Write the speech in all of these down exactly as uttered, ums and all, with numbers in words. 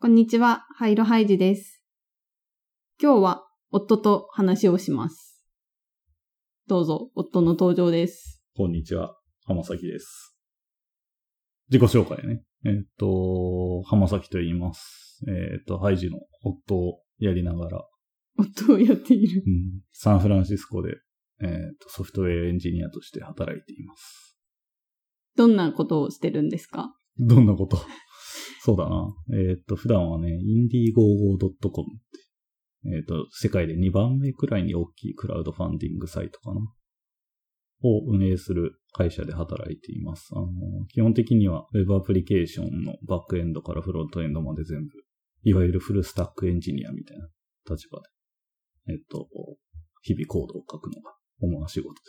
こんにちは、ハイロハイジです。今日は夫と話をします。どうぞ、夫の登場です。 こんにちは、浜崎です。自己紹介ね。えっと、浜崎と言います。えっと、ハイジの夫をやりながら、 夫をやっている。 うん、サンフランシスコで、えっと、ソフトウェアエンジニアとして働いています。 どんなことをしてるんですか？ どんなことそうだな。えっと、普段はね、インディーゴーゴードットコム って、えっと、世界でにばんめくらいに大きいクラウドファンディングサイトかな。を運営する会社で働いています。あの、基本的には Web アプリケーションのバックエンドからフロントエンドまで全部、いわゆるフルスタックエンジニアみたいな立場で、えっと、日々コードを書くのが主な仕事です。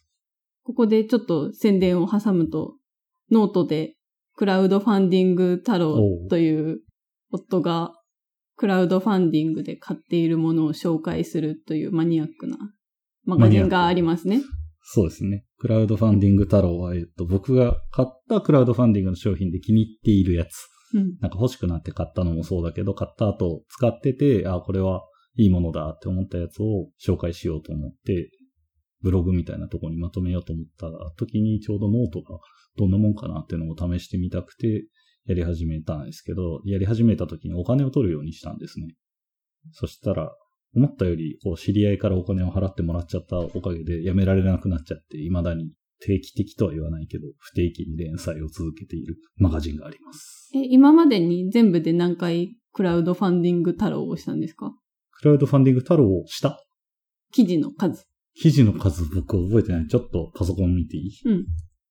ここでちょっと宣伝を挟むと、ノートでクラウドファンディング太郎という夫がクラウドファンディングで買っているものを紹介するというマニアックなマガジンがありますね。 そうですね。クラウドファンディング太郎は、えっと、僕が買ったクラウドファンディングの商品で気に入っているやつ。うん、なんか欲しくなって買ったのもそうだけど、買った後使ってて、あ、これはいいものだって思ったやつを紹介しようと思って、ブログみたいなところにまとめようと思った時にちょうどノートがどんなもんかなっていうのを試してみたくてやり始めたんですけど、やり始めた時にお金を取るようにしたんですね。そしたら、思ったよりこう知り合いからお金を払ってもらっちゃったおかげでやめられなくなっちゃって、未だに定期的とは言わないけど不定期に連載を続けているマガジンがあります。 え、今までに全部で何回クラウドファンディング太郎をしたんですか？ クラウドファンディング太郎をした記事の数。 記事の数僕覚えてない。ちょっとパソコン見ていい？ うん。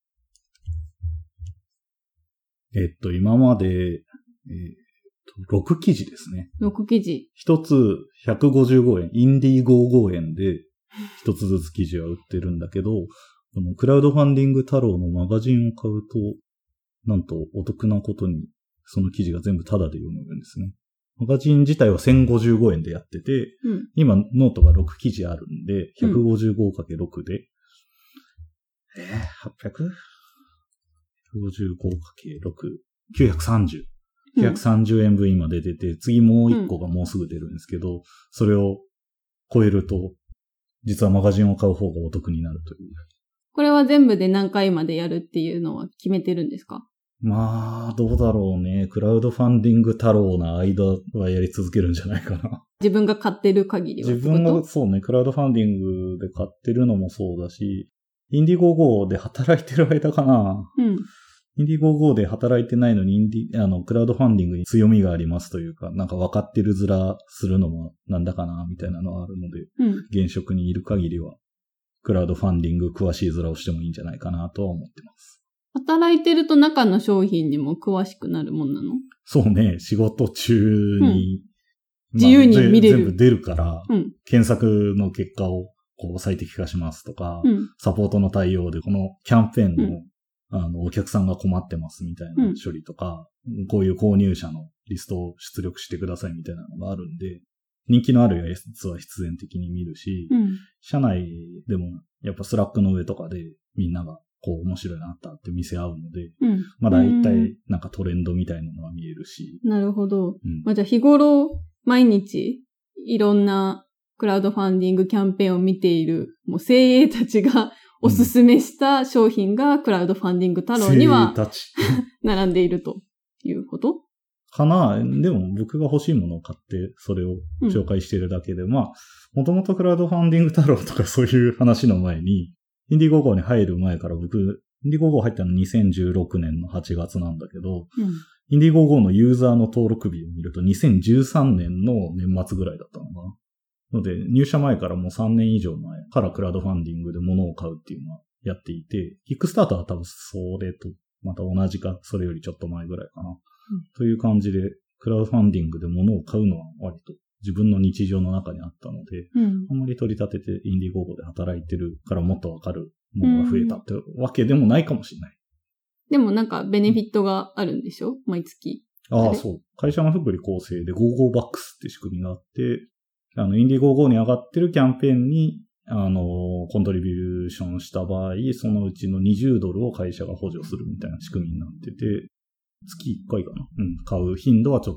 えっと、今まで、えーろく記事ですね。 ろく記事。 一つひゃくごじゅうごえん、インディーゴーゴー円で一つずつ記事は売ってるんだけど、このクラウドファンディング太郎のマガジンを買うと、なんとお得なことにその記事が全部タダで読めるんですね。マガジン自体はせんごじゅうごえんでやってて、うん、今ノートがろく記事あるんで、ひゃくごじゅうごかけるろく で、うん、えー、はっぴゃく?ひゃくごじゅうごかけるろく、きゅうひゃくさんじゅう。きゅうひゃくさんじゅうえんぶん今出てて、次もういっこがもうすぐ出るんですけど、うん、それを超えると、実はマガジンを買う方がお得になるという。 これは全部で何回までやるっていうのは決めてるんですか？ まあ、どうだろうね。クラウドファンディング太郎の間はやり続けるんじゃないかな。 自分が買ってる限りは。 自分がそうね、クラウドファンディングで買ってるのもそうだし、インディーゴーゴーで働いてる間かな。うん。インディーゴーゴーで働いてないのに、インディ、あの、クラウドファンディングに強みがありますというか、なんか分かってる面するのもなんだかな、みたいなのがあるので、うん、現職にいる限りは、クラウドファンディング詳しい面をしてもいいんじゃないかなとは思ってます。 働いてると中の商品にも詳しくなるもんなの？ そうね、仕事中に、うんまあ、 自由に見れる。 全部出るから、 うん、 検索の結果をこう最適化しますとか、うん、サポートの対応でこのキャンペーンの、うんあの、お客さんが困ってますみたいな処理とか、うん、こういう購入者のリストを出力してくださいみたいなのがあるんで、人気のあるやつは必然的に見るし、うん、社内でもやっぱスラックの上とかでみんながこう面白いなったって見せ合うので、うん、まあ大体なんかトレンドみたいなのが見えるし。 なるほど。うん、まあ、じゃあ日頃毎日いろんなクラウドファンディングキャンペーンを見ているもう精鋭たちがおすすめした商品がクラウドファンディング太郎には並んでいるということかな。でも僕が欲しいものを買ってそれを紹介しているだけで、うん、まあ、もともとクラウドファンディング太郎とかそういう話の前に、インディーゴーゴーに入る前から僕、インディーゴーゴー入ったのにせんじゅうろくねんのはちがつなんだけど、うん、インディーゴーゴーのユーザーの登録日を見るとにせんじゅうさんねんの年末ぐらいだったのかな。ので、入社前からもうさんねん以上前からクラウドファンディングで物を買うっていうのはやっていて、キックスターターは多分それとまた同じか、それよりちょっと前ぐらいかな。うん、という感じで、クラウドファンディングで物を買うのは割と自分の日常の中にあったので、うん、あんまり取り立ててインディーゴーゴーで働いてるからもっとわかるものが増えたってわけでもないかもしれない。 でもなんかベネフィットがあるんでしょ？毎月。 ああ、そう。会社の福利厚生でゴーゴーバックスって仕組みがあって、あの、インディーゴーゴーに上がってるキャンペーンに、あの、コントリビューションした場合、そのうちのにじゅうドルを会社が補助するみたいな仕組みになってて、月いっかいかな。うん、買う頻度はちょっと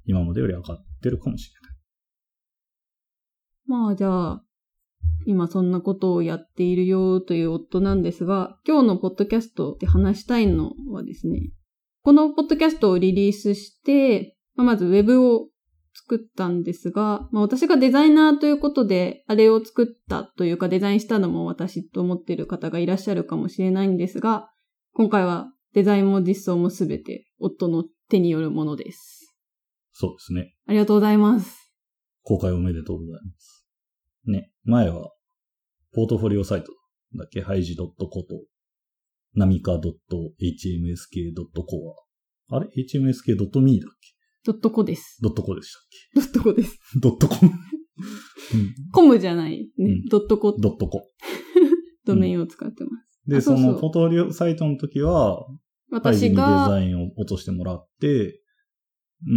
今までより上がってるかもしれない。 まあじゃあ、今そんなことをやっているよという夫なんですが、今日のポッドキャストで話したいのはですね、このポッドキャストをリリースして、まあ、まずウェブを作ったんですが、まあ、私がデザイナーということで、あれを作ったというかデザインしたのも私と思っている方がいらっしゃるかもしれないんですが、今回はデザインも実装もすべて夫の手によるものです。 そうですね。 ありがとうございます。 公開おめでとうございます。ね、前はポートフォリオサイトだっけ、ハイジ .co とナミカ .hmsk.co は、あれ エイチエムエスケードットミー だっけドットコです。 ドットコでしたっけドットコです。 ドットコム、うん、 コムじゃない、ね。うん、ドットコ。 ドットコ。 ドメインを使ってます。 うん、で、そのポートフォリオサイトの時は、 私がデザインを落としてもらって、うん、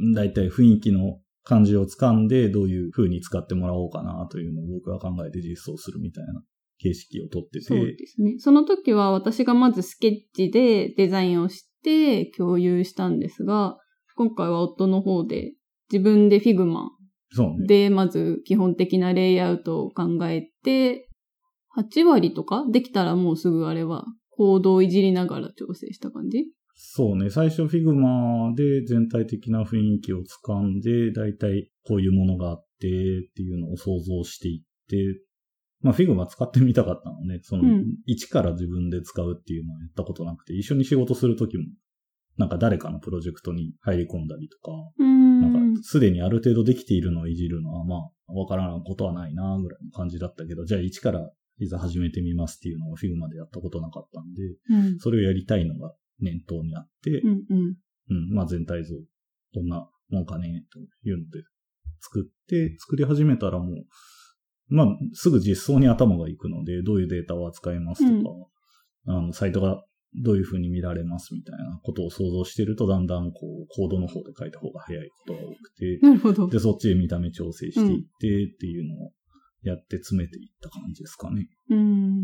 だいたい雰囲気の感じをつかんで、どういう風に使ってもらおうかなというのを僕は考えて実装するみたいな形式をとってて。 そうですね。その時は私がまずスケッチでデザインをして共有したんですが、今回は夫の方で自分で Figma でまず基本的なレイアウトを考えて、はち割とかできたらもうすぐあれはコードをいじりながら調整した感じ？ そうね。最初 Figma で全体的な雰囲気をつかんで、だいたいこういうものがあってっていうのを想像していって、まあ Figma 使ってみたかったのね。その、一から自分で使うっていうのはやったことなくて、一緒に仕事するときも、なんか誰かのプロジェクトに入り込んだりとか、 うんなんかすでにある程度できているのをいじるのはまあわからないことはないなぐらいの感じだったけど、じゃあ一からいざ始めてみますっていうのを Figma でやったことなかったんで、 うん、 それをやりたいのが念頭にあって、 うんうんうん、まあ全体像、どんなもんかね、というので作って、作り始めたらもう、まあすぐ実装に頭がいくので、どういうデータを扱いますとか、うん、あの、サイトがどういう風に見られますみたいなことを想像してると、だんだんこう、コードの方で書いた方が早いことが多くて、 なるほど。 で、そっちで見た目調整していってっていうのをやって詰めていった感じですかね。 うん。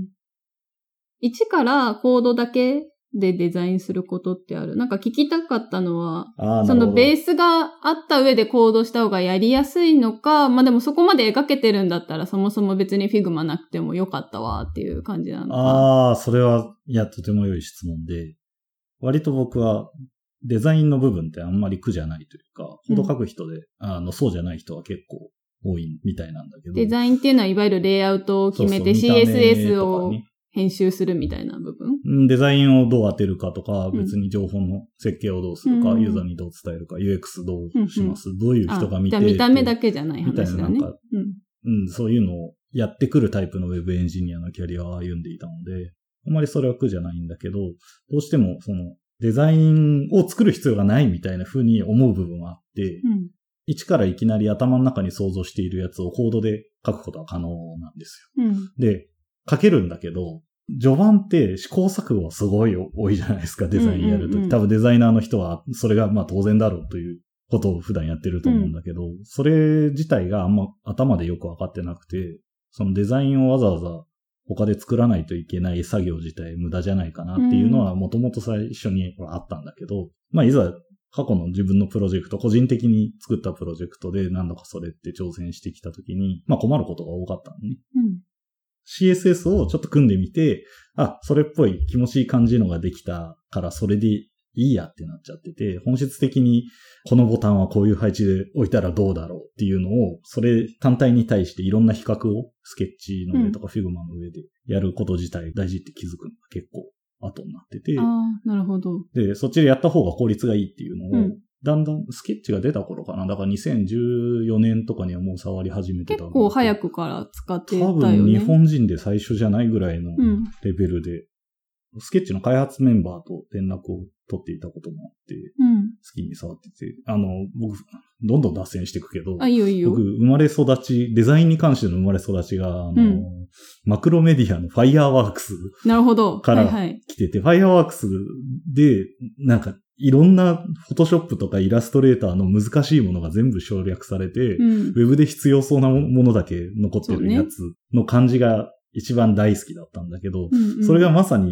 一からコードだけでデザインすることってある？なんか聞きたかったのは、そのベースがあった上でコードした方がやりやすいのか、まあでもそこまで描けてるんだったらそもそも別に Figma なくてもよかったわっていう感じなのか。 ああ、それは、いや、とても良い質問で、割と僕はデザインの部分ってあんまり苦じゃないというか、コード書く人で、うん、あの、そうじゃない人は結構多いみたいなんだけど。 デザインっていうのはいわゆるレイアウトを決めて シーエスエス を編集するみたいな部分？ デザインをどう当てるかとか、別に情報の設計をどうするか、うん、ユーザーにどう伝えるか、ユーエックス どうします、うんうん、どういう人が見てじゃあ見た目だけじゃない話だね。 みたいななんか、うん、うん、そういうのをやってくるタイプのウェブエンジニアのキャリアを歩んでいたので、あまりそれは苦じゃないんだけど、どうしてもそのデザインを作る必要がないみたいな風に思う部分はあって、うん、一からいきなり頭の中に想像しているやつをコードで書くことは可能なんですよ。 うん、 で、書けるんだけど、序盤って試行錯誤はすごい多いじゃないですか、デザインやるとき、うんうんうん。多分デザイナーの人はそれがまあ当然だろうということを普段やってると思うんだけど、うん、それ自体があんま頭でよくわかってなくて、そのデザインをわざわざ他で作らないといけない作業自体無駄じゃないかなっていうのはもともと最初にあったんだけど、まあいざ過去の自分のプロジェクト、個人的に作ったプロジェクトで何度かそれって挑戦してきたときに、まあ困ることが多かったのね。 うんシーエスエス をちょっと組んでみて、あ、それっぽい気持ちいい感じのができたからそれでいいやってなっちゃってて、本質的にこのボタンはこういう配置で置いたらどうだろうっていうのを、それ単体に対していろんな比較をスケッチの上とか Figma の上でやること自体大事って気づくのが結構後になってて。 ああ、なるほど。 で、そっちでやった方が効率がいいっていうのを、うん、だんだんスケッチが出た頃かな。だからにせんじゅうよねんとかにはもう触り始めてた。 結構早くから使ってたよね。 多分日本人で最初じゃないぐらいのレベルで、うん、スケッチの開発メンバーと連絡を取っていたこともあって、 うん、 好きに触ってて、あの、僕、どんどん脱線していくけど、 あ、いいよいいよ。 僕、生まれ育ち、デザインに関しての生まれ育ちが、あの、うん、マクロメディアの Fireworks なるほど。 から来てて、はいはい、Fireworks で、なんか、いろんなフォトショップとかイラストレーターの難しいものが全部省略されて、うん、ウェブで必要そうなものだけ残ってるやつの感じが一番大好きだったんだけど、 うんうん、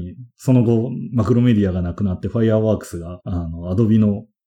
それがまさにその後マクロメディアがなくなって Fireworks があの Adobe の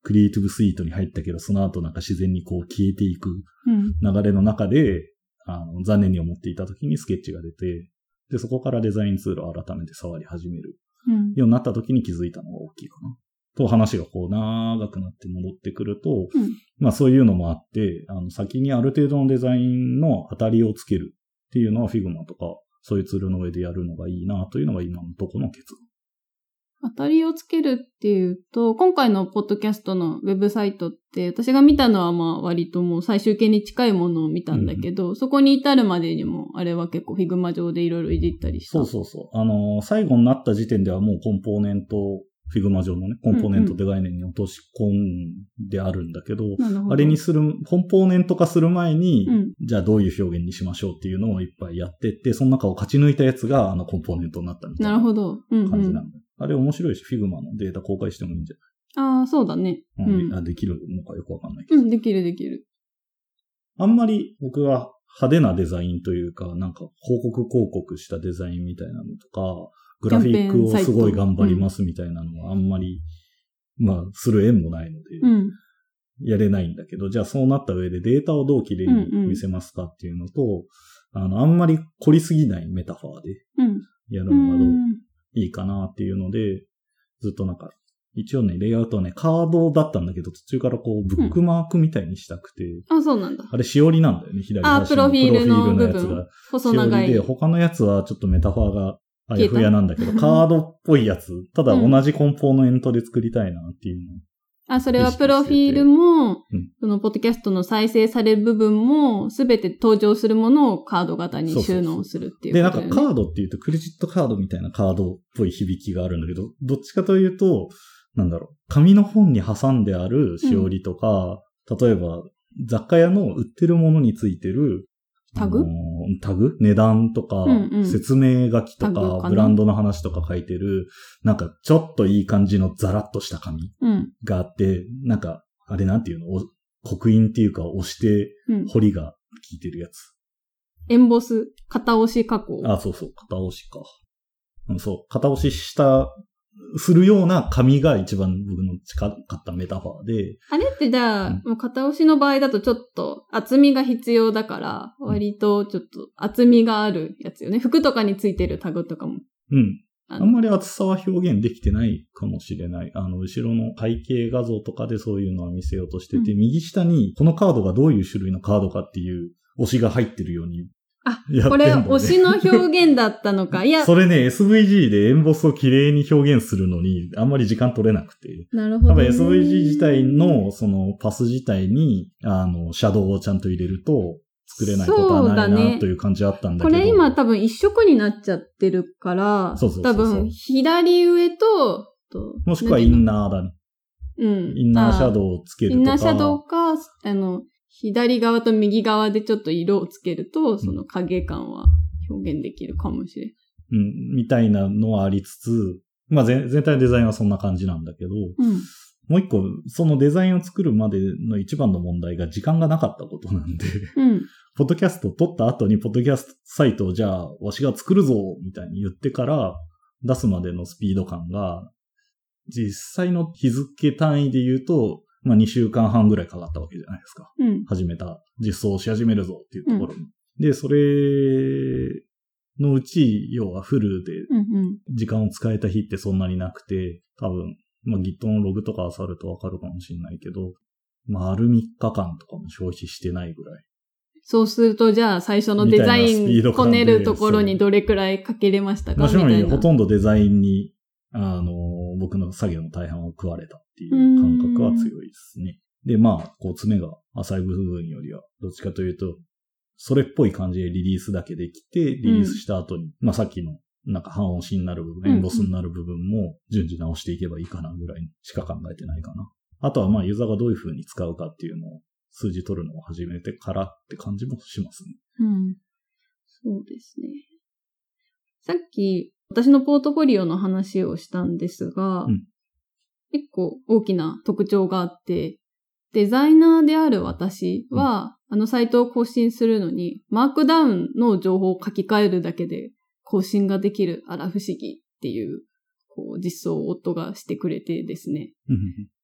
クリエイティブスイートに入ったけど、その後なんか自然にこう消えていく流れの中で、うん、あの残念に思っていた時にスケッチが出て、で、そこからデザインツールを改めて触り始めるようになった時に気づいたのが大きいかな。と話がこう長くなって戻ってくると、うん、まあそういうのもあって、あの先にある程度のデザインの当たりをつけるっていうのは Figma とかそういうツールの上でやるのがいいなというのが今のところの結論。 当たりをつけるっていうと、今回のポッドキャストのウェブサイトって、私が見たのはまあ割ともう最終形に近いものを見たんだけど、うん、そこに至るまでにも、あれは結構 Figma 上でいろいろいじったりした。 そうそうそう。あのー、最後になった時点ではもうコンポーネント、Figma 上のね、コンポーネントって概念に落とし込んであるんだけど、うんうん、あれにする、コンポーネント化する前に、うん、じゃあどういう表現にしましょうっていうのをいっぱいやってって、その中を勝ち抜いたやつがあのコンポーネントになったみたいな感じなんだ。なるほど。うんうん、あれ面白いし、Figma のデータ公開してもいいんじゃない？ああ、そうだね。 うん。あ、できるのかよくわかんないけど。 うん、できるできる。 あんまり僕は派手なデザインというか、なんか広告広告したデザインみたいなのとか、グラフィックをすごい頑張りますみたいなのはあんまり、うん、まあ、する縁もないので、うん、やれないんだけど、じゃあそうなった上でデータをどう綺麗に見せますかっていうのと、うんうん、あの、あんまり凝りすぎないメタファーでやるのがどう、うんいいかなっていうので、ずっとなんか、一応ね、レイアウトはね、カードだったんだけど、途中からこう、ブックマークみたいにしたくて。 うん、あ、そうなんだ。 あれ、しおりなんだよね、左端の。 あ、プロフィールの部分。 プロフィールのやつが。 細長い。 で、他のやつはちょっとメタファーがあやふやなんだけど、カードっぽいやつ。ただ同じコンポーネントで作りたいなっていうの。 あ、それはプロフィールも、うん、そのポッドキャストの再生される部分も、すべて登場するものをカード型に収納するっていうこと、ね。 で、なんかカードっていうとクレジットカードみたいなカードっぽい響きがあるんだけど、どっちかというと、なんだろう、紙の本に挟んであるしおりとか、うん、例えば雑貨屋の売ってるものについてるタグ、あのー、 タグ値段とか、うんうん、説明書きとか、ブランドの話とか書いてる、なんかちょっといい感じのザラッとした紙があって、うん、なんか、あれなんていうの、刻印っていうか押して彫りが効いてるやつ。 エンボス、型押し加工。 あ、そうそう、型押しか。うん、そう、型押しした、するような紙が一番僕の近かったメタファーで。 あれってじゃあ、うん、もう型押しの場合だとちょっと厚みが必要だから、割とちょっと厚みがあるやつよね。服とかについてるタグとかも。 うん。あんまり厚さは表現できてないかもしれない。あの、後ろの背景画像とかでそういうのは見せようとしてて、うん、右下にこのカードがどういう種類のカードかっていう推しが入ってるように。 あ、これ推しの表現だったのか。いや。 それね、エスブイジー でエンボスを綺麗に表現するのに、あんまり時間取れなくて。 なるほど、ね。 多分 エスブイジー 自体の、そのパス自体に、あの、シャドウをちゃんと入れると、作れないことはないなという感じあったんだけど。 これ今多分一色になっちゃってるから、 そうそうそうそう、 多分左上と、ともしくはインナーだね。 うん。 インナーシャドウをつけるとか。 インナーシャドウか、あの、左側と右側でちょっと色をつけると、その影感は表現できるかもしれない。 うん、みたいなのはありつつ、まあ全全体のデザインはそんな感じなんだけど、 うん、 もう一個、そのデザインを作るまでの一番の問題が時間がなかったことなんで、 うん、 ポッドキャストを撮った後にポッドキャストサイトをじゃあわしが作るぞみたいに言ってから出すまでのスピード感が、実際の日付単位で言うと、まあにしゅうかんはんぐらいかかったわけじゃないですか。 うん、 始めた、実装し始めるぞっていうところに。うん、で、それのうち、要はフルで時間を使えた日ってそんなになくて、多分、まあ Git のログとか漁るとわかるかもしれないけど、丸みっかかんとかも消費してないぐらい。 そうすると、じゃあ最初のデザインこねるところにどれくらいかけれましたかみたいな。 もちろんほとんどデザインに、あの、僕の作業の大半を食われたっていう感覚は強いですね。で、まあ、こう、爪が浅い部分よりは、どっちかというと、それっぽい感じでリリースだけできて、リリースした後に、うん、まあさっきの、なんか半押しになる部分、エンボスになる部分も順次直していけばいいかなぐらいしか考えてないかな。あとはまあユーザーがどういう風に使うかっていうのを数字取るのを始めてからって感じもしますね。 うん。そうですね。さっき私のポートフォリオの話をしたんですが、うん、結構大きな特徴があって、デザイナーである私は、うん、あのサイトを更新するのに、マークダウンの情報を書き換えるだけで更新ができるあら不思議っていう、こう実装を夫がしてくれてですね。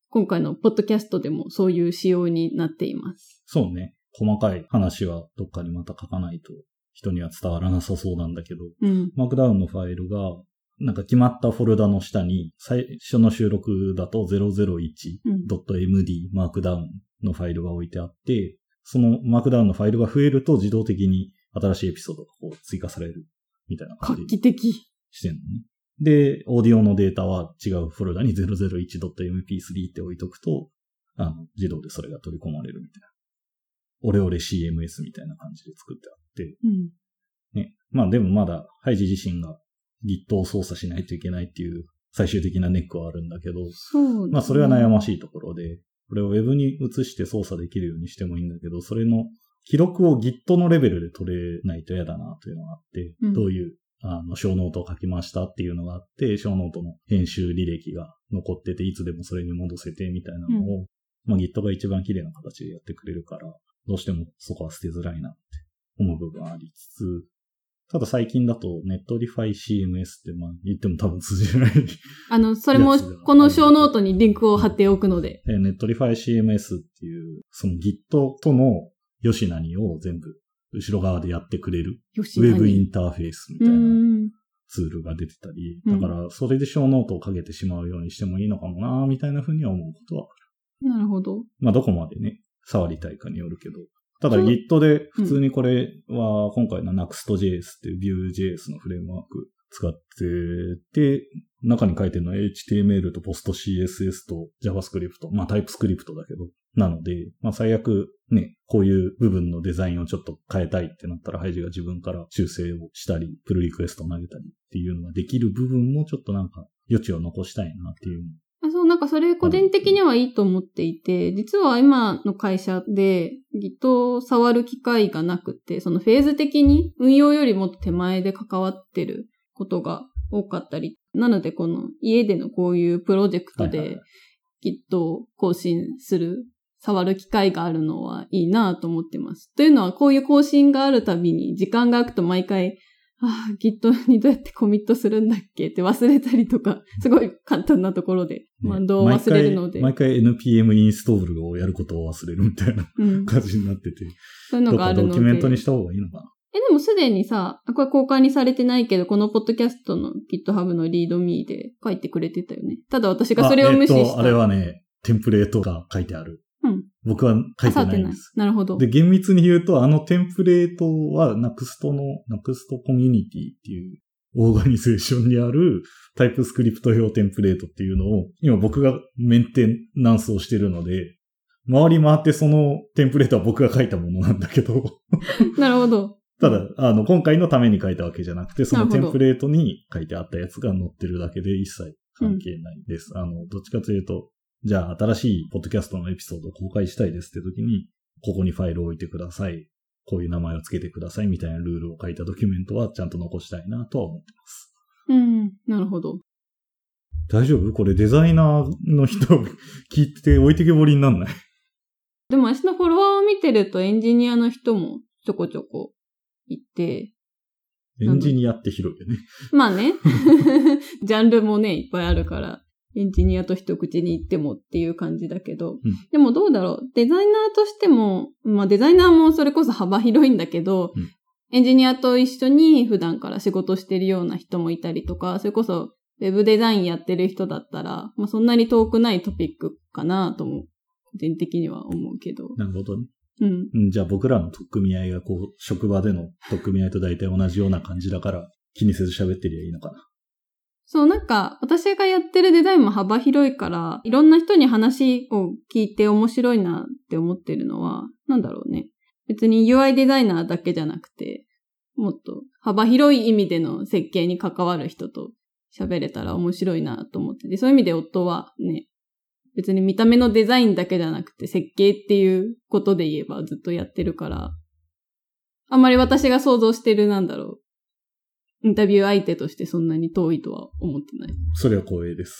今回のポッドキャストでもそういう仕様になっています。 そうね。細かい話はどっかにまた書かないと人には伝わらなさそうなんだけど、 うん、 マークダウンのファイルがなんか決まったフォルダの下に最初の収録だと ゼロゼロいちドットエムディー マークダウンのファイルが置いてあって、そのマークダウンのファイルが増えると自動的に新しいエピソードがこう追加されるみたいな感じ。 画期的。 してんのね。で、オーディオのデータは違うフォルダに ゼロゼロいちドットエムピースリー って置いとくと、あの、自動でそれが取り込まれるみたいな。オレオレ シーエムエス みたいな感じで作ってあって。 うん。 ね。まあでもまだ、ハイジ自身が Git を操作しないといけないっていう最終的なネックはあるんだけど、 そうね、 まあそれは悩ましいところで、これを Web に移して操作できるようにしてもいいんだけど、それの記録を Git のレベルで取れないと嫌だなというのがあって、うん、どういうあの、小ノートを書きましたっていうのがあって、小ノートの編集履歴が残ってて、いつでもそれに戻せてみたいなのを、うん、まあ Git が一番綺麗な形でやってくれるから、どうしてもそこは捨てづらいなって思う部分ありつつ、ただ最近だと Netlify シーエムエス ってまあ言っても多分通じない。 あの、それもこの小ノートにリンクを貼っておくので。 Netlify シーエムエス っていう、その Git とのよしなにを全部後ろ側でやってくれるウェブインターフェースみたいなツールが出てたり、だからそれで小ノートをかけてしまうようにしてもいいのかもなみたいな風には思うことはある。なるほど。 まあどこまでね、触りたいかによるけど。ただ Git で普通にこれは今回の ネクストジェイエス っていう Vue.js のフレームワーク使ってて、中に書いてるのは エイチティーエムエル と ポストシーエスエス と JavaScript、まあ TypeScript だけど、なので、まあ最悪ね、こういう部分のデザインをちょっと変えたいってなったら、ハイジが自分から修正をしたり、プルリクエストを投げたりっていうのができる部分もちょっとなんか余地を残したいなっていう。 あ、そう、なんかそれ個人的にはいいと思っていて、実は今の会社で Git を触る機会がなくて、そのフェーズ的に運用よりもっと手前で関わってることが多かったり、なのでこの家でのこういうプロジェクトで Git を更新する、触る機会があるのはいいなと思ってます。というのはこういう更新があるたびに時間が空くと毎回、ああ、Git にどうやってコミットするんだっけって忘れたりとか、すごい簡単なところで、まあどう忘れるので。 毎回、毎回 エヌピーエム インストールをやることを忘れるみたいな、うん、感じになってて。 そういうのがあるので。 ドキュメントにした方がいいのかな。 え、でもすでにさ、これ公開にされてないけど、このポッドキャストの GitHub のリードミーで書いてくれてたよね。ただ私がそれを無視した。 あ、えっと、あれはね、テンプレートが書いてある。 うん。 僕は書いてないんです。 なるほど。 で、厳密に言うと、あのテンプレートは Next の Next コミュニティっていうオーガニゼーションにあるタイプスクリプト用テンプレートっていうのを、今僕がメンテナンスをしてるので、回り回ってそのテンプレートは僕が書いたものなんだけど。 なるほど。 ただ、あの、今回のために書いたわけじゃなくて、そのテンプレートに書いてあったやつが載ってるだけで一切関係ないです。うん、あの、どっちかというと、じゃあ新しいポッドキャストのエピソードを公開したいですって時に、ここにファイルを置いてください。こういう名前をつけてくださいみたいなルールを書いたドキュメントはちゃんと残したいなとは思ってます。 うん、なるほど。 大丈夫？これデザイナーの人聞いて置いてけぼりになんない？ でも私のフォロワーを見てるとエンジニアの人もちょこちょこいて。 エンジニアって広いよね。 まあね。ジャンルもね、いっぱいあるから。エンジニアと一口に言ってもっていう感じだけど、うん、でもどうだろう、デザイナーとしても、まあデザイナーもそれこそ幅広いんだけど、うん、エンジニアと一緒に普段から仕事してるような人もいたりとか、それこそウェブデザインやってる人だったら、まあそんなに遠くないトピックかなとも、個人的には思うけど。 なるほどね。 うん。 うん、じゃあ僕らの取っ組み合いがこう、職場での取っ組み合いと大体同じような感じだから気にせず喋ってりゃいいのかな。 そう、なんか、私がやってるデザインも幅広いから、いろんな人に話を聞いて面白いなって思ってるのは、なんだろうね。別に ユーアイ デザイナーだけじゃなくて、もっと幅広い意味での設計に関わる人と喋れたら面白いなと思ってて、そういう意味で夫はね、別に見た目のデザインだけじゃなくて設計っていうことで言えばずっとやってるから、あんまり私が想像してるなんだろう。インタビュー相手としてそんなに遠いとは思ってない。 それは光栄です。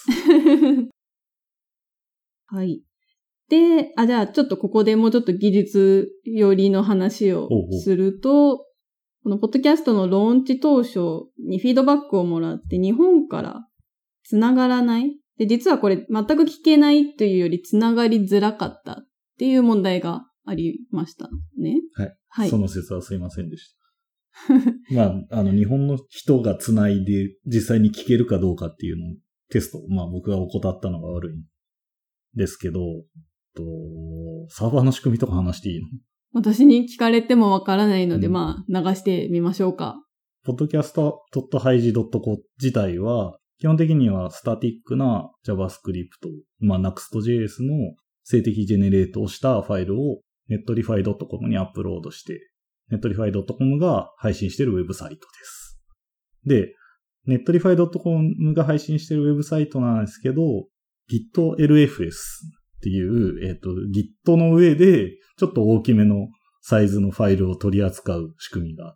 はい。で、あ、じゃあちょっとここでもうちょっと技術寄りの話をすると、おうおうこのポッドキャストのローンチ当初にフィードバックをもらって日本からつながらないで、実はこれ全く聞けないというよりつながりづらかったっていう問題がありましたね。 はい。 はい。 その説はすいませんでした。まあ、あの、日本の人がつないで実際に聞けるかどうかっていうのをテスト、まあ僕が怠ったのが悪いんですけど、とサーバーの仕組みとか話していいの？ 私に聞かれてもわからないので、 うん、 まあ流してみましょうか。 ポッドキャスト ドットハイジ ドットコム 自体は、基本的にはスタティックな JavaScript、まあ Next.js の静的ジェネレートをしたファイルを ネットリファイ ドットコム にアップロードして、ネットリファイ ドットコム が配信しているウェブサイトです。で、ネットリファイ ドットコム が配信しているウェブサイトなんですけど、GitLFS っていう、えっと、Git の上でちょっと大きめのサイズのファイルを取り扱う仕組みがあって、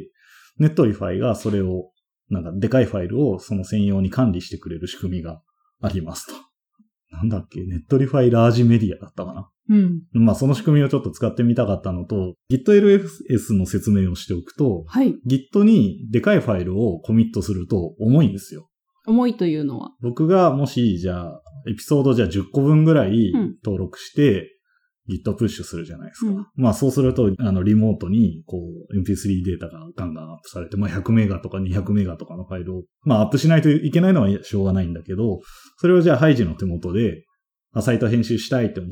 ネットリファイがそれをなんかでかいファイルをその専用に管理してくれる仕組みがありますと。なんだっけ、ネットリファイラージメディアだったかな。 うん。 まあその仕組みをちょっと使ってみたかったのと、GitLFS の説明をしておくと、 はい。 Git にでかいファイルをコミットすると重いんですよ。 重いというのは？僕がもしじゃあエピソードじゃあじゅっこぶんぐらい登録して、うんGit プッシュするじゃないですか。うん、まあそうすると、あの、リモートに、こう、エムピースリー データがガンガンアップされて、まあひゃくメガとかにひゃくメガとかのファイルを、まあアップしないといけないのはしょうがないんだけど、それをじゃあハイジの手元で、サイト編集したいと思って、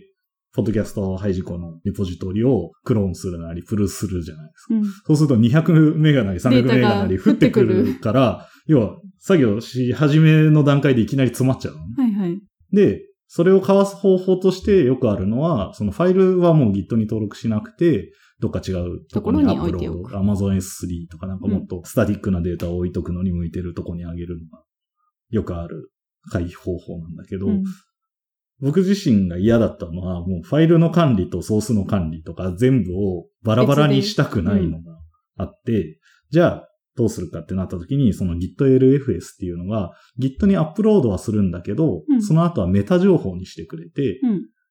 ポッドキャストハイジコのリポジトリをクローンするなり、プルするじゃないですか。うん、そうするとにひゃくメガなりさんびゃくメガなり降ってくるから、要は作業し始めの段階でいきなり詰まっちゃうのね。 はいはい。 で、それをかわす方法としてよくあるのは、そのファイルはもう Git に登録しなくて、どっか違うところにアップロード。Amazon エススリー とかなんかもっとスタティックなデータを置いとくのに向いてるとこにあげるのがよくある回避方法なんだけど、うん、僕自身が嫌だったのは、もうファイルの管理とソースの管理とか全部をバラバラにしたくないのがあって、うん、じゃあ、どうするかってなった時に、その GitLFS っていうのが Git にアップロードはするんだけど、うん、その後はメタ情報にしてくれて、うん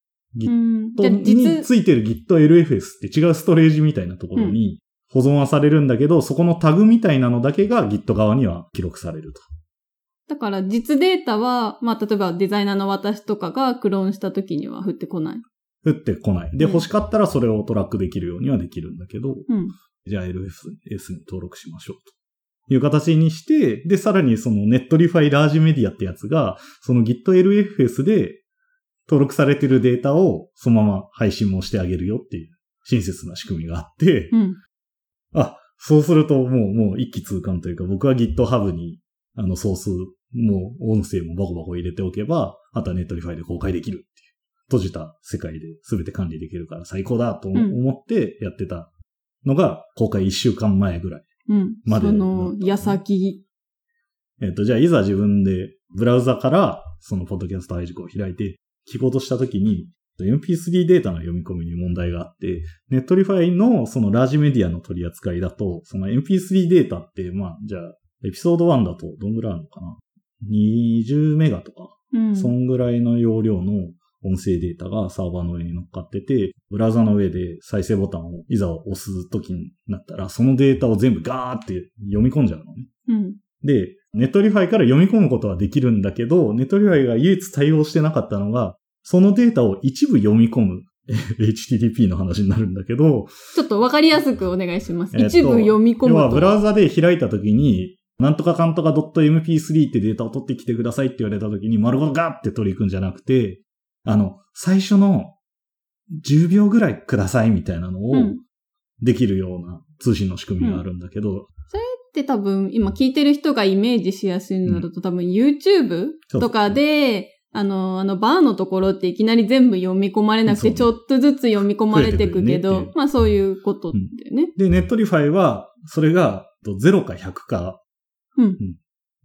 、Git についてる GitLFS って違うストレージみたいなところに保存はされるんだけど、そこのタグみたいなのだけが Git 側には記録されると。 だから実データは、まあ例えばデザイナーの私とかがクローンした時には降ってこない。 降ってこない。で、うん、欲しかったらそれをトラックできるようにはできるんだけど、うん、じゃあ エルエフエス に登録しましょうと。いう形にして、で、さらにそのネットリファイラージメディアってやつが、その GitLFS で登録されてるデータをそのまま配信もしてあげるよっていう親切な仕組みがあって、うん、あ、そうするともう、もう一気通貫というか、僕は GitHub にあのソースも音声もバコバコ入れておけば、あとはネットリファイで公開できるっていう。閉じた世界で全て管理できるから最高だと思ってやってたのが、公開いっしゅうかんまえぐらい。 うん。まで。その、矢先。 えっと、じゃあ、いざ自分で、ブラウザから、その、ポッドキャストハイジコを開いて、聞こうとしたときに、エムピースリー データの読み込みに問題があって、ネットリファイの、その、ラージメディアの取り扱いだと、その エムピースリー データって、まあ、じゃあ、エピソードワンだと、どんぐらいあるのかな ?にじゅうメガとか、うん、そんぐらいの容量の、音声データがサーバーの上に乗っかってて、ブラウザの上で再生ボタンをいざ押すときになったら、そのデータを全部ガーって読み込んじゃうのね。うん、で、ネットリファイから読み込むことはできるんだけど、ネットリファイが唯一対応してなかったのが、そのデータを一部読み込むエイチティーティーピー の話になるんだけど、 ちょっとわかりやすくお願いします。えっと、一部読み込むと。 要はブラウザで開いたときに、なんとかかんとか エムピースリー ってデータを取ってきてくださいって言われたときに、丸ごとガーって取り組んじゃなくて、あの、最初のじゅうびょうぐらいくださいみたいなのをできるような通信の仕組みがあるんだけど、うん、 それって多分今聞いてる人がイメージしやすいのだと、うん、多分 YouTube とかで、あの、あのバーのところっていきなり全部読み込まれなくて、ちょっとずつ読み込まれていくけど、ね、まあそういうことだよね、 うん。で、ネットリファイはそれがゼロかひゃくか、うんうん、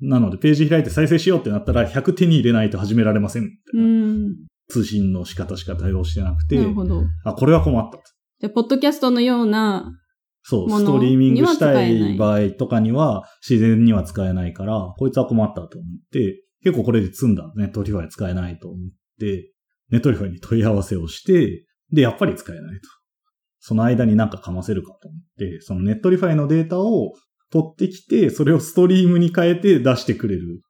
なのでページ開いて再生しようってなったらひゃく手に入れないと始められませんみたいな。うん通信の仕方しか対応してなくて、なるほど。あ、これは困った。 じゃあ、ポッドキャストのような、 そう、ストリーミングしたい場合とかには自然には使えないから、こいつは困ったと思って、結構これで積んだネットリファイ使えないと思って、ネットリファイに問い合わせをして、で、やっぱり使えないと。その間になんかかませるかと思って、そのネットリファイのデータを取ってきて、それをストリームに変えて出してくれる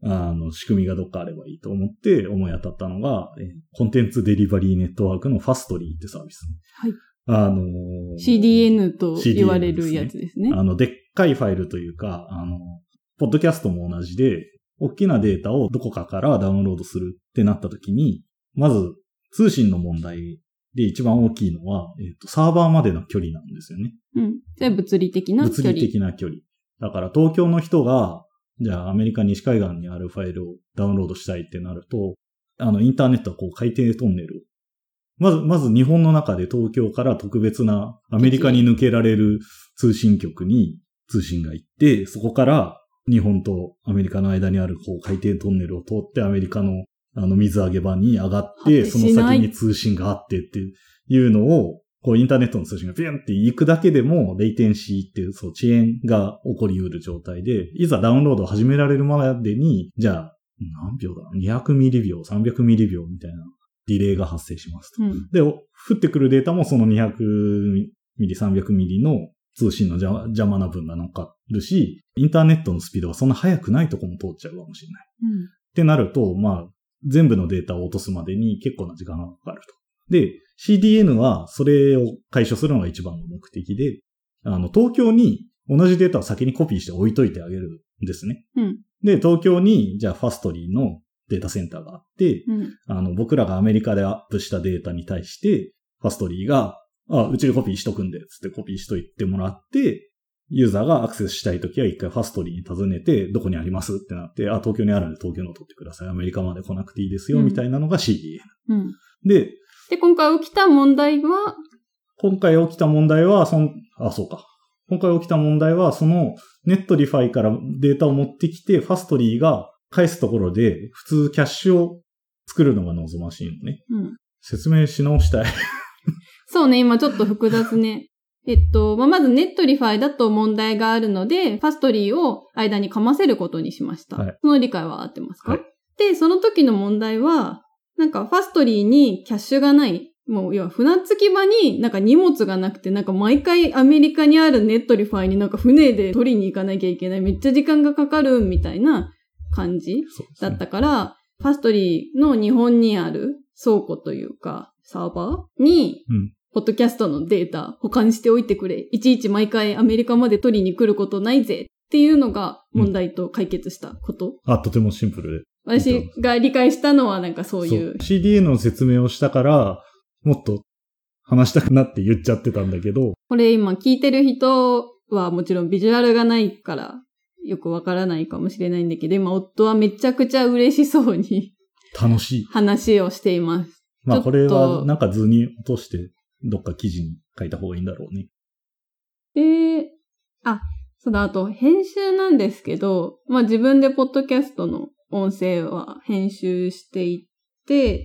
あの、仕組みがどっかあればいいと思って思い当たったのが、えー、コンテンツデリバリーネットワークのファストリーってサービス。 はい。 あのー、 シーディーエヌ と言われるやつですね。 あの、でっかいファイルというか、あの、ポッドキャストも同じで、大きなデータをどこかからダウンロードするってなった時に、まず通信の問題で一番大きいのは、えっと、サーバーまでの距離なんですよね。 うん。じゃあ物理的な距離。 物理的な距離。だから東京の人が、じゃあアメリカ西海岸にあるファイルをダウンロードしたいってなると、あの、インターネットはこう海底トンネルを。まず、まず日本の中で東京から特別なアメリカに抜けられる通信局に通信が行って、そこから日本とアメリカの間にあるこう海底トンネルを通ってアメリカのあの水揚げ場に上がって、その先に通信があってっていうのを、こうインターネットの通信がビュンって行くだけでも、レイテンシーっていう、そう、遅延が起こり得る状態で、いざダウンロードを始められるまでに、じゃあ、何秒だ ?にひゃく ミリ秒、さんびゃくミリ秒みたいなディレイが発生しますと。うん、で、降ってくるデータもそのにひゃくミリ、さんびゃくミリの通信の邪魔な分が乗っかるし、インターネットのスピードがそんな速くないとこも通っちゃうかもしれない。うん、ってなると、まあ、全部のデータを落とすまでに結構な時間がかかると。で、シーディーエヌ はそれを解消するのが一番の目的で、あの、東京に同じデータを先にコピーして置いといてあげるんですね。うん、で、東京に、じゃあファストリーのデータセンターがあって、うん、あの、僕らがアメリカでアップしたデータに対して、ファストリーが、あ、うちでコピーしとくんで、つってコピーしといてもらって、ユーザーがアクセスしたいときは一回ファストリーに尋ねて、どこにありますってなって、あ、東京にあるんで東京のを取ってください。アメリカまで来なくていいですよ、うん、みたいなのが シーディーエヌ。うん、で、 で、今回起きた問題は今回起きた問題は、その、あ、そうか。今回起きた問題は、その、ネットリファイからデータを持ってきて、ファストリーが返すところで、普通キャッシュを作るのが望ましいのね。うん。説明し直したい。 そうね、今ちょっと複雑ね。えっと、まあ、まずネットリファイだと問題があるので、ファストリーを間にかませることにしました。はい、その理解は合ってますか？はい、で、その時の問題は、なんかファストリーにキャッシュがない。もう、要は船着き場になんか荷物がなくて、なんか毎回アメリカにあるネットリファイになんか船で取りに行かなきゃいけない。めっちゃ時間がかかるみたいな感じだったから、ね、ファストリーの日本にある倉庫というか、サーバーに、うん、ポッドキャストのデータ保管しておいてくれ。いちいち毎回アメリカまで取りに来ることないぜっていうのが問題と解決したこと。 うん、あ、とてもシンプルで。 私が理解したのはなんかそういう。 そう シーディーエヌ の説明をしたから、もっと話したくなって言っちゃってたんだけど。 これ今聞いてる人はもちろんビジュアルがないからよくわからないかもしれないんだけど、今夫はめちゃくちゃ嬉しそうに。 楽しい。 話をしています。 まあこれはなんか図に落としてどっか記事に書いた方がいいんだろうね。 えー、あ、そうだ、あと編集なんですけど、まあ自分でポッドキャストの音声は編集していって、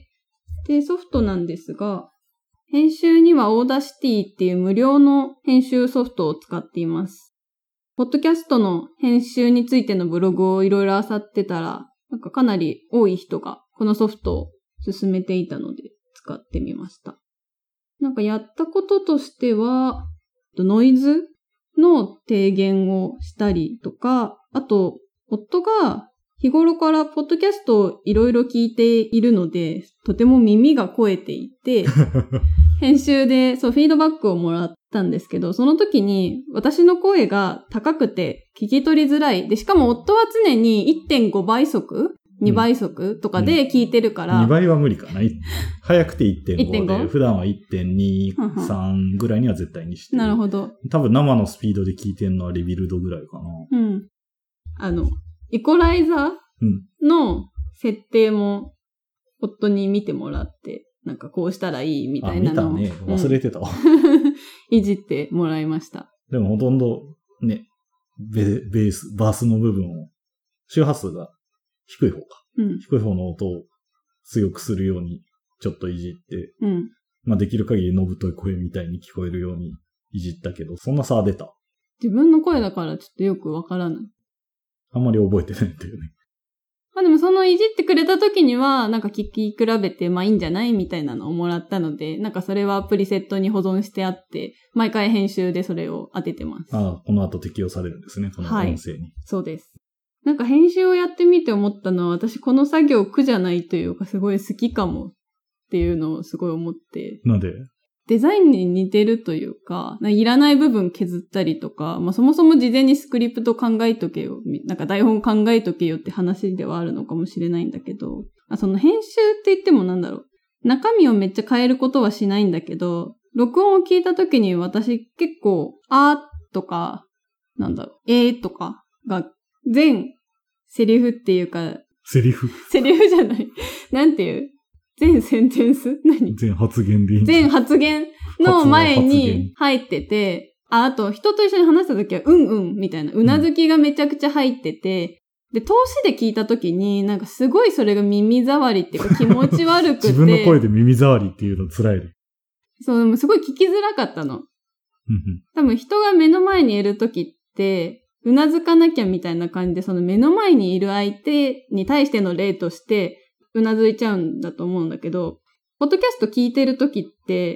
で、ソフトなんですが、編集にはオーダーシティっていう無料の編集ソフトを使っています。ポッドキャストの編集についてのブログをいろいろ漁ってたら、なんかかなり多い人がこのソフトを進めていたので使ってみました。なんかやったこととしては、ノイズの低減をしたりとか、あと、夫が日頃からポッドキャストをいろいろ聞いているので、とても耳が肥えていて、編集でそうフィードバックをもらったんですけど、その時に私の声が高くて聞き取りづらい。で、しかも夫は常に いってんご 倍速にばい速とかで聞いてるから、うんうん、にばいは無理かな。早くて いってんご で、普段は いってんに、さんぐらいには絶対にしてる。 なるほど。 多分生のスピードで聞いてるのはリビルドぐらいかな。 うん。あの、イコライザーの設定も夫に見てもらって、なんかこうしたらいいみたいなのを。 あ、見たね。忘れてたわ。 うん、いじってもらいました。 でもほとんどね、ベ、ベース、バースの部分を、周波数が低い方か。うん、低い方の音を強くするようにちょっといじって、うん、まあできる限りのぶとい声みたいに聞こえるようにいじったけど、そんな差は出た。 自分の声だからちょっとよくわからない。 あんまり覚えてないんだよね。 まあでもそのいじってくれた時には、なんか聞き比べてまあいいんじゃないみたいなのをもらったので、なんかそれはプリセットに保存してあって、毎回編集でそれを当ててます。 ああ、この後適用されるんですね、この音声に。 はい、そうです。 なんか編集をやってみて思ったのは、私この作業苦じゃないというかすごい好きかもっていうのをすごい思って。 なんで？ デザインに似てるというか、いらない部分削ったりとか、まあそもそも事前にスクリプト考えとけよ、なんか台本考えとけよって話ではあるのかもしれないんだけど、その編集って言ってもなんだろう、中身をめっちゃ変えることはしないんだけど、録音を聞いた時に私結構、あーとか、なんだろう、えーとかが全セリフっていうか、 セリフセリフじゃない。なんていう全センテンス何全発言でいいんだ。 全発言の前に入ってて、あ、あと人と一緒に話した時はうんうんみたいな、うなずきがめちゃくちゃ入ってて、で、通しで聞いた時になんかすごいそれが耳障りっていうか気持ち悪くて。 自分の声で耳障りっていうの辛いね。 そう、でもすごい聞きづらかったの。多分人が目の前にいる時って、うなずかなきゃみたいな感じで、その目の前にいる相手に対しての例として、うなずいちゃうんだと思うんだけど、ポッドキャスト聞いてるときって、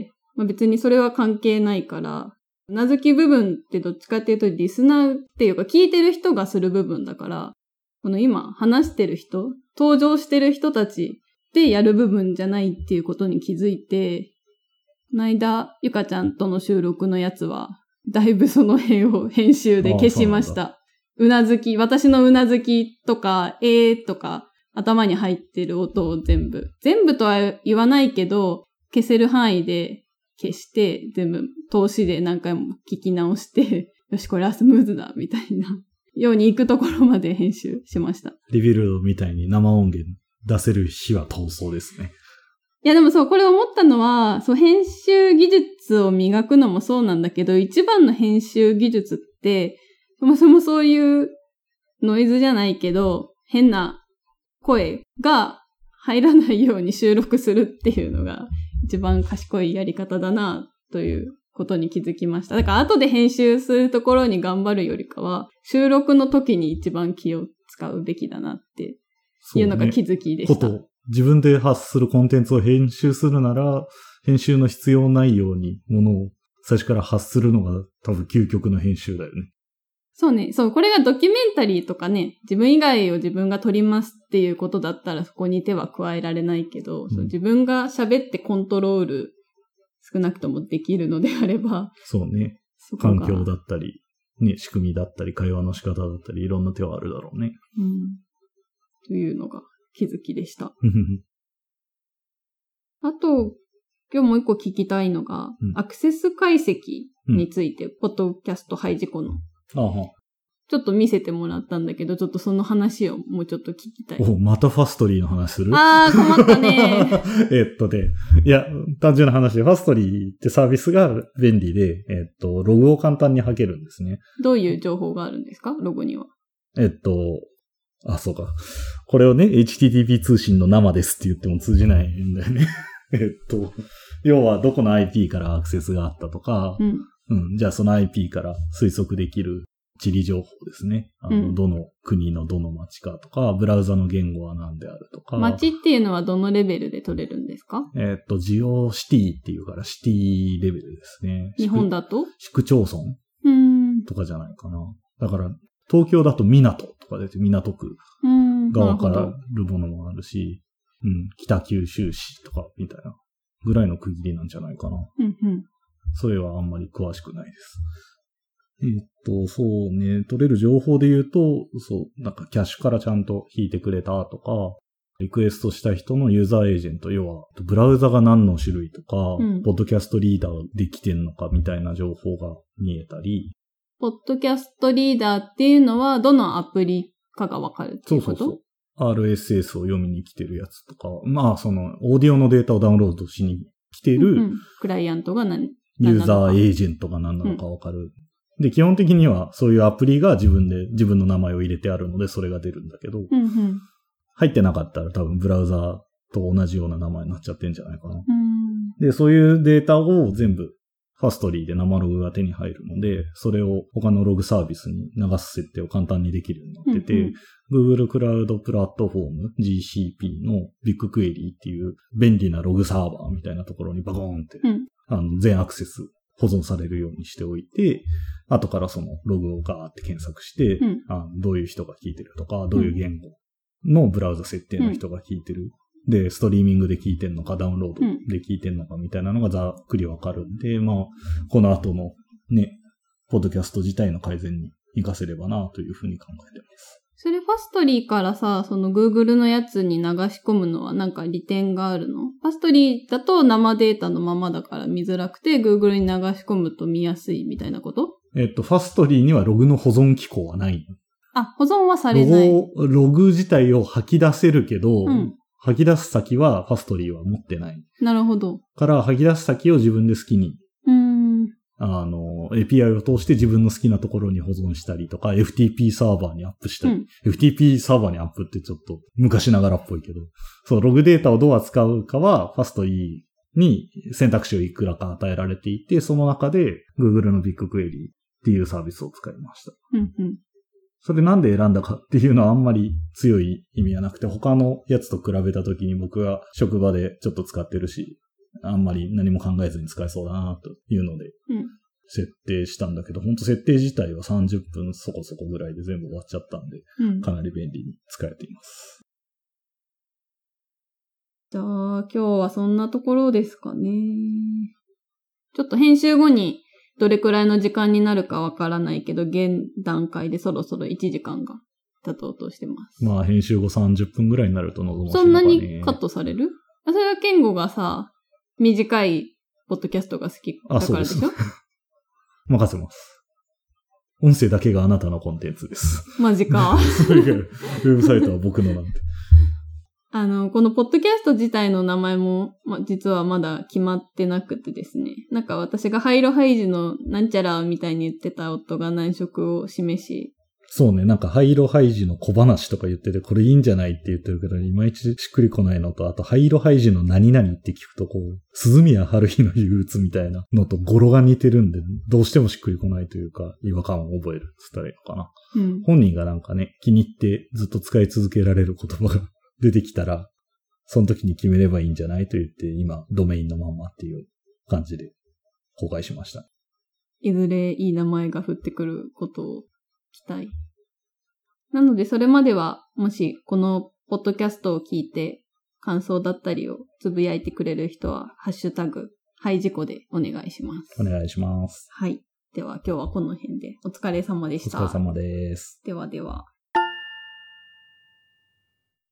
まあ、別にそれは関係ないから、うなずき部分ってどっちかっていうとリスナーっていうか聞いてる人がする部分だから、この今話してる人、登場してる人たちでやる部分じゃないっていうことに気づいて、この間、ゆかちゃんとの収録のやつは、だいぶその辺を編集で消しました。うなずき、私のうなずきとか、えーとか、頭に入ってる音を全部。全部とは言わないけど、消せる範囲で消して、全部通しで何回も聞き直して、よし、これはスムーズだ、みたいな、ように行くところまで編集しました。 リビルドみたいに生音源出せる日は遠そうですね。 いやでもそう、これ思ったのは、そう、編集技術を磨くのもそうなんだけど、一番の編集技術って、そもそもそういうノイズじゃないけど、変な声が入らないように収録するっていうのが一番賢いやり方だなということに気づきました。だから後で編集するところに頑張るよりかは、収録の時に一番気を使うべきだなっていうのが気づきでした。 そうね、こと自分で発するコンテンツを編集するなら、編集の必要ないようにものを最初から発するのが多分究極の編集だよね。 そうね。そう、これがドキュメンタリーとかね、自分以外を自分が撮りますっていうことだったらそこに手は加えられないけど、うん、そう自分が喋ってコントロール少なくともできるのであれば。 そうね。環境だったり、ね、仕組みだったり、会話の仕方だったり、いろんな手はあるだろうね。 うん。というのが気づきでした。あと、今日もう一個聞きたいのが、うん、アクセス解析について、うん、ポッドキャストハイジコの。 ああ、 ちょっと見せてもらったんだけど、ちょっとその話をもうちょっと聞きたい。 お、またファストリーの話する？ あー、困ったね。 えっとね、いや、単純な話で、ファストリーってサービスが便利で、えっと、ログを簡単に吐けるんですね。 どういう情報があるんですか？ログには。 えっと、あ、そうか。これをね、エイチティーティーピー 通信の生ですって言っても通じないんだよね。えっと、要はどこの アイピー からアクセスがあったとか、うんうん、じゃあその アイピー から推測できる地理情報ですね。あの、うん、どの国のどの町かとか、ブラウザの言語は何であるとか。 町っていうのはどのレベルで取れるんですか？ えっと、ジオシティっていうからシティレベルですね。 日本だと市区町村とかじゃないかな。だから、東京だと港とかで港区側からるものもあるし、うん、北九州市とかみたいなぐらいの区切りなんじゃないかな。 うんうん、それはあんまり詳しくないです。えー、っと、そうね、取れる情報で言うと、そう、なんかキャッシュからちゃんと引いてくれたとか、リクエストした人のユーザーエージェント、要は、ブラウザが何の種類とか、うん、ポッドキャストリーダーできてんのかみたいな情報が見えたり。 ポッドキャストリーダーっていうのは、どのアプリかがわかるっていうこと？ そうそうそう。アールエスエス を読みに来てるやつとか、まあ、その、オーディオのデータをダウンロードしに来てる、うんうん、 クライアントが何、 ユーザーエージェントが何なのかわかる。うんで、基本的にはそういうアプリが自分で自分の名前を入れてあるのでそれが出るんだけど、 うんうん、 入ってなかったら多分ブラウザと同じような名前になっちゃってんじゃないかな。うん、で、そういうデータを全部ファストリーで生ログが手に入るので、それを他のログサービスに流す設定を簡単にできるようになってて、うんうん、Google クラウドプラットフォーム ジーシーピー のビッグクエリーっていう便利なログサーバーみたいなところにバコーンって、うん、あの全アクセス保存されるようにしておいて、後からそのログをガーって検索して、 うん、 あどういう人が聞いてるとか、どういう言語のブラウザ設定の人が聞いてる。うん、で、ストリーミングで聞いてんのか、ダウンロードで聞いてんのかみたいなのがざっくりわかるんで、まあ、この後のね、ポッドキャスト自体の改善に活かせればなというふうに考えてます。 それファストリーからさ、その Google のやつに流し込むのはなんか利点があるの？ファストリーだと生データのままだから見づらくて Google に流し込むと見やすいみたいなこと？ えっと、ファストリーにはログの保存機構はないの。 あ、保存はされない。 ログ、ログ自体を吐き出せるけど、 うん、 吐き出す先はファストリーは持ってない。 なるほど。 から吐き出す先を自分で好きに。 うーん。 あの、エーピーアイ を通して自分の好きなところに保存したりとか、エフティーピー サーバーにアップしたり、うん、エフティーピー サーバーにアップってちょっと昔ながらっぽいけど、そう、ログデータをどう扱うかは、ファストリーに選択肢をいくらか与えられていて、その中で Google のビッグクエリーっていうサービスを使いました。 うんうん、 それなんで選んだかっていうのはあんまり強い意味はなくて、他のやつと比べたときに僕は職場でちょっと使ってるし、あんまり何も考えずに使えそうだなというので、 うん設定したんだけど、本当設定自体はさんじゅっぷんそこそこぐらいで全部終わっちゃったんで、うん、かなり便利に使えています。 じゃあ、今日はそんなところですかね。ちょっと編集後にどれくらいの時間になるかわからないけど、現段階でそろそろいちじかんが経とうとしてます。 まあ、編集後さんじゅっぷんぐらいになると望ましいのかね。 そんなにカットされる？それはケンゴがさ、短いポッドキャストが好きだからでしょ？あ、そうです。 任せます。音声だけがあなたのコンテンツです。 マジか。 それが、ウェブサイトは僕のなんて。 あの、このポッドキャスト自体の名前も、ま、実はまだ決まってなくてですね。なんか私がハイロハイジのなんちゃらみたいに言ってた夫が難色を示し、 そうね、なんか、ハイロハイジの小話とか言ってて、これいいんじゃないって言ってるけど、いまいちしっくりこないのと、あと、ハイロハイジの何々って聞くと、こう、鈴宮春日の憂鬱みたいなのと語呂が似てるんで、どうしてもしっくりこないというか、違和感を覚えるって言ったらいいのかな。 うん、 本人がなんかね、気に入ってずっと使い続けられる言葉が出てきたら、その時に決めればいいんじゃないと言って、今、ドメインのまんまっていう感じで公開しました。 いずれいい名前が降ってくることを期待。なので、それまでは、もし、このポッドキャストを聞いて、感想だったりをつぶやいてくれる人は、ハッシュタグ、ハイジコでお願いします。 お願いします。 はい。では、今日はこの辺で、お疲れ様でした。 お疲れ様です。 ではでは。